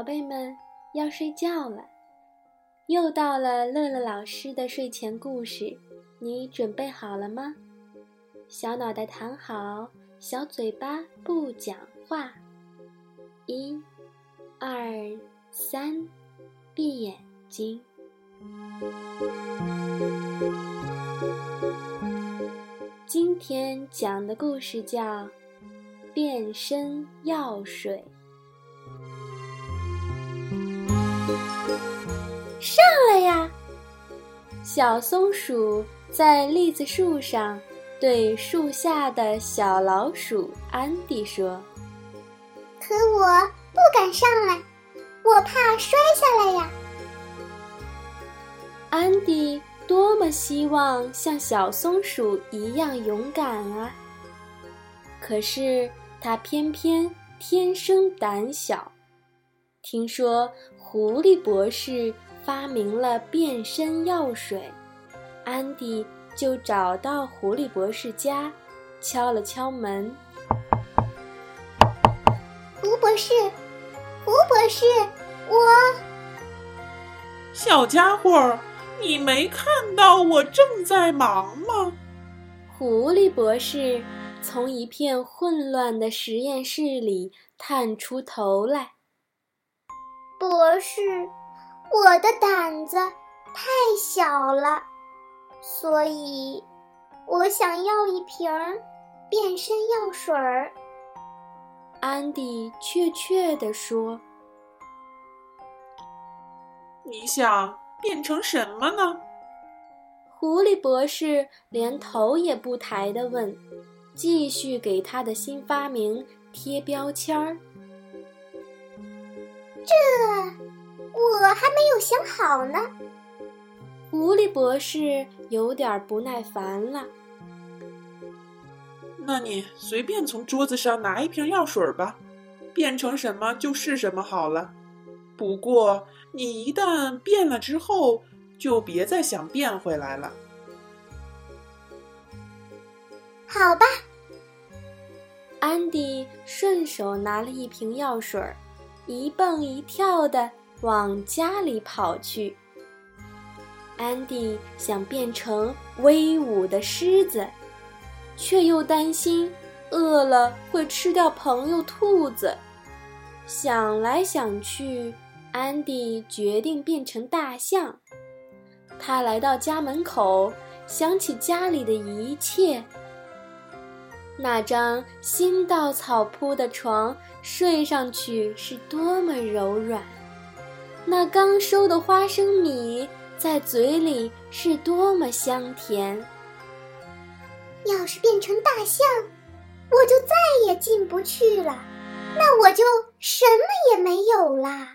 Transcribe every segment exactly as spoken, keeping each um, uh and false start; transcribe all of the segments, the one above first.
宝贝们要睡觉了，又到了乐乐老师的睡前故事，你准备好了吗？小脑袋躺好，小嘴巴不讲话。一、二、三，闭眼睛。今天讲的故事叫《变身药水》。上来呀！小松鼠在栗子树上对树下的小老鼠安迪说： 可我不敢上来，我怕摔下来呀。 安迪多么希望像小松鼠一样勇敢啊！可是他偏偏天生胆小。听说狐狸博士发明了变身药水，安迪就找到狐狸博士家，敲了敲门。 胡博士，胡博士，我…… 小家伙，你没看到我正在忙吗？ 狐狸博士从一片混乱的实验室里探出头来。 博士，我的胆子太小了，所以我想要一瓶变身药水儿。 安迪怯怯地说： 你想变成什么呢？ 狐狸博士连头也不抬地问，继续给他的新发明贴标签儿。 这我还没有想好呢。 狐狸博士有点不耐烦了。 那你随便从桌子上拿一瓶药水吧，变成什么就是什么好了。不过你一旦变了之后，就别再想变回来了。 好吧。 安迪顺手拿了一瓶药水，一蹦一跳地往家里跑去。安迪想变成威武的狮子，却又担心饿了会吃掉朋友兔子。想来想去，安迪决定变成大象。他来到家门口，想起家里的一切。那张新稻草铺的床睡上去是多么柔软，那刚收的花生米在嘴里是多么香甜。 要是变成大象，我就再也进不去了，那我就什么也没有啦。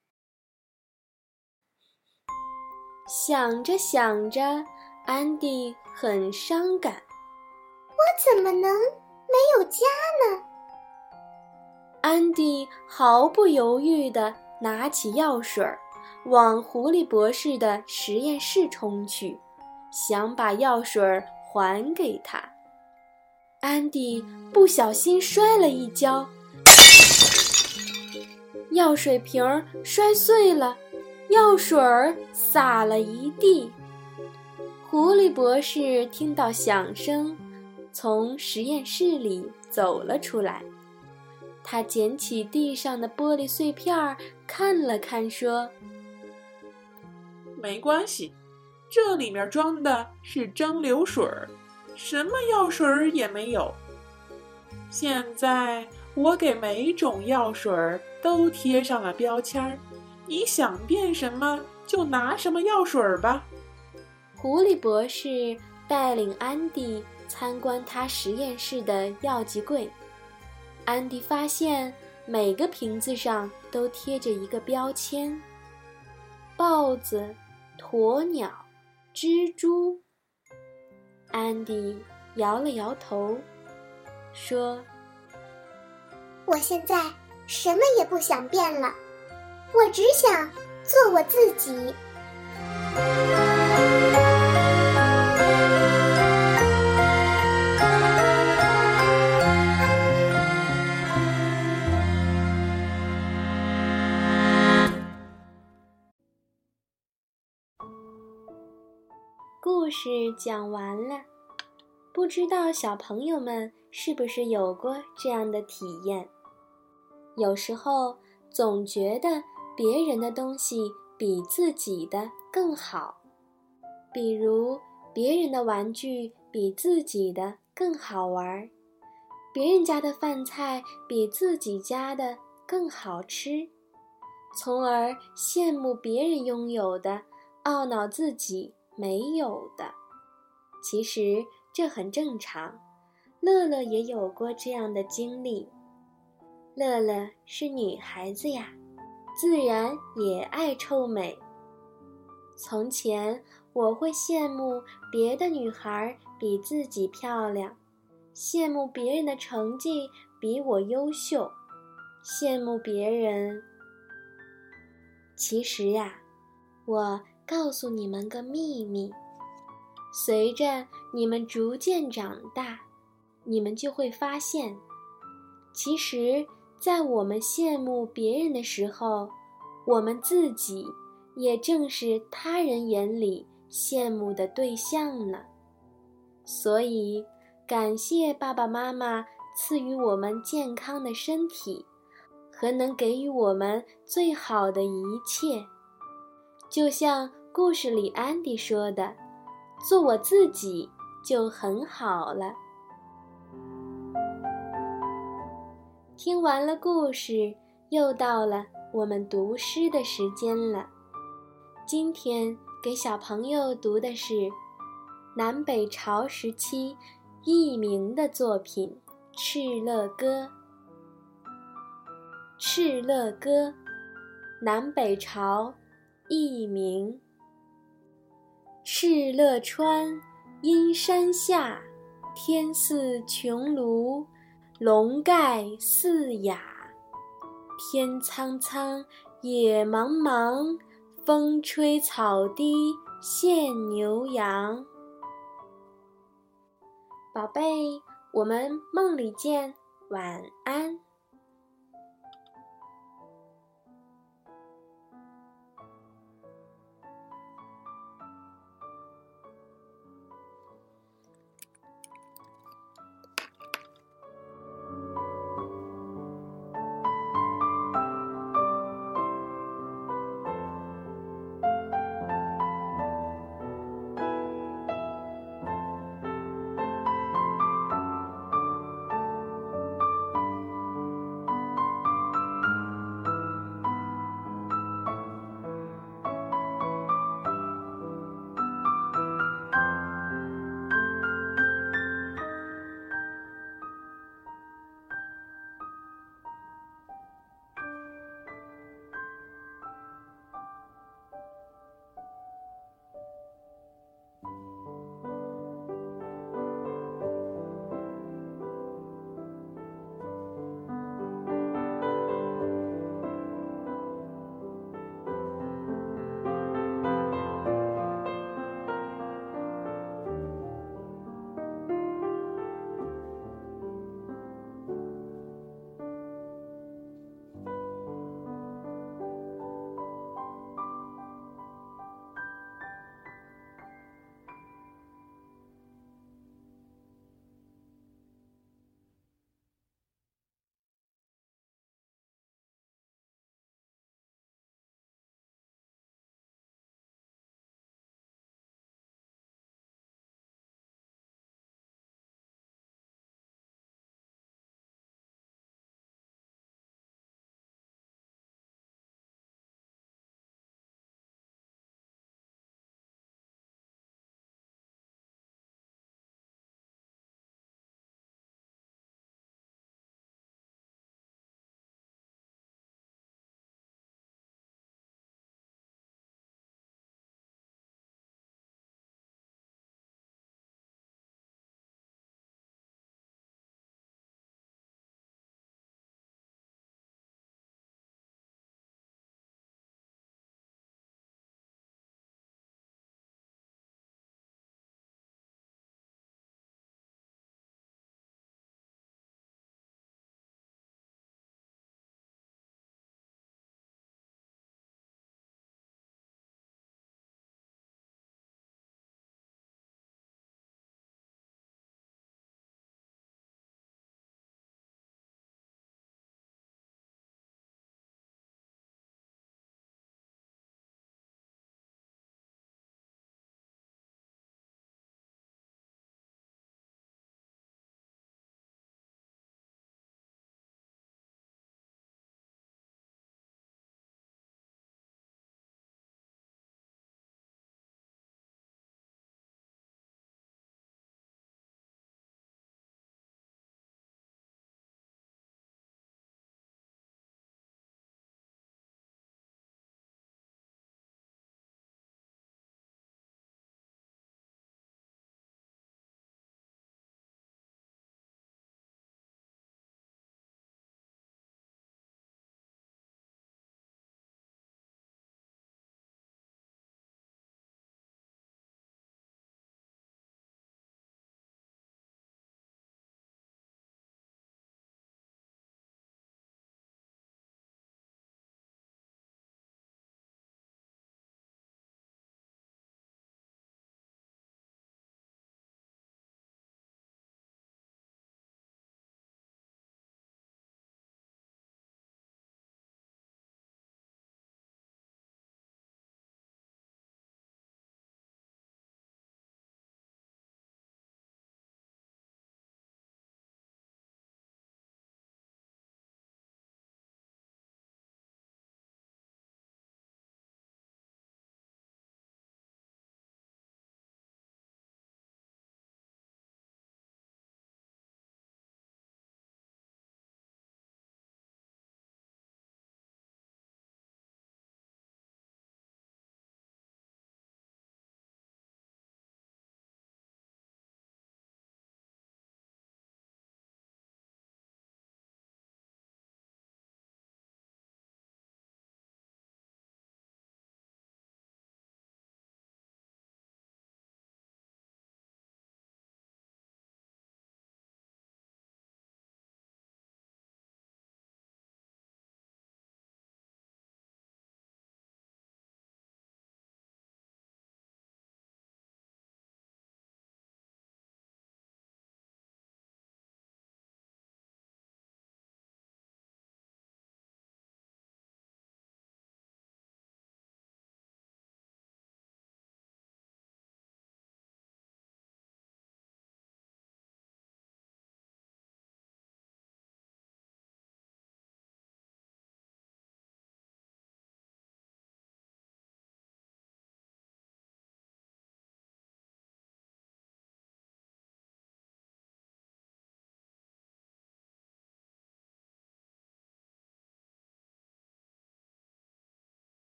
想着想着，安迪很伤感。 我怎么能没有家呢？ 安迪毫不犹豫地拿起药水，往狐狸博士的实验室冲去，想把药水还给他。安迪不小心摔了一跤，药水瓶摔碎了，药水洒了一地。狐狸博士听到响声，从实验室里走了出来。他捡起地上的玻璃碎片看了看，说： 没关系，这里面装的是蒸馏水，什么药水也没有。现在我给每种药水都贴上了标签，你想变什么就拿什么药水吧。 狐狸博士带领安迪参观他实验室的药剂柜。安迪发现每个瓶子上都贴着一个标签：豹子、鸵鸟、蜘蛛。安迪摇了摇头，说： 我现在什么也不想变了，我只想做我自己。 故事讲完了，不知道小朋友们是不是有过这样的体验？有时候总觉得别人的东西比自己的更好，比如别人的玩具比自己的更好玩，别人家的饭菜比自己家的更好吃，从而羡慕别人拥有的，懊恼自己没有的。其实这很正常，乐乐也有过这样的经历。乐乐是女孩子呀，自然也爱臭美。从前我会羡慕别的女孩比自己漂亮，羡慕别人的成绩比我优秀，羡慕别人。其实呀，我告诉你们个秘密，随着你们逐渐长大，你们就会发现，其实在我们羡慕别人的时候，我们自己也正是他人眼里羡慕的对象呢。所以，感谢爸爸妈妈赐予我们健康的身体，和能给予我们最好的一切。就像故事里安迪说的，做我自己就很好了。听完了故事，又到了我们读诗的时间了。今天给小朋友读的是南北朝时期佚名的作品《敕勒歌》。《敕勒歌》，南北朝佚名。敕勒川，阴山下，天似穹庐，笼盖四野。天苍苍，野茫茫，风吹草低见牛羊。宝贝，我们梦里见，晚安。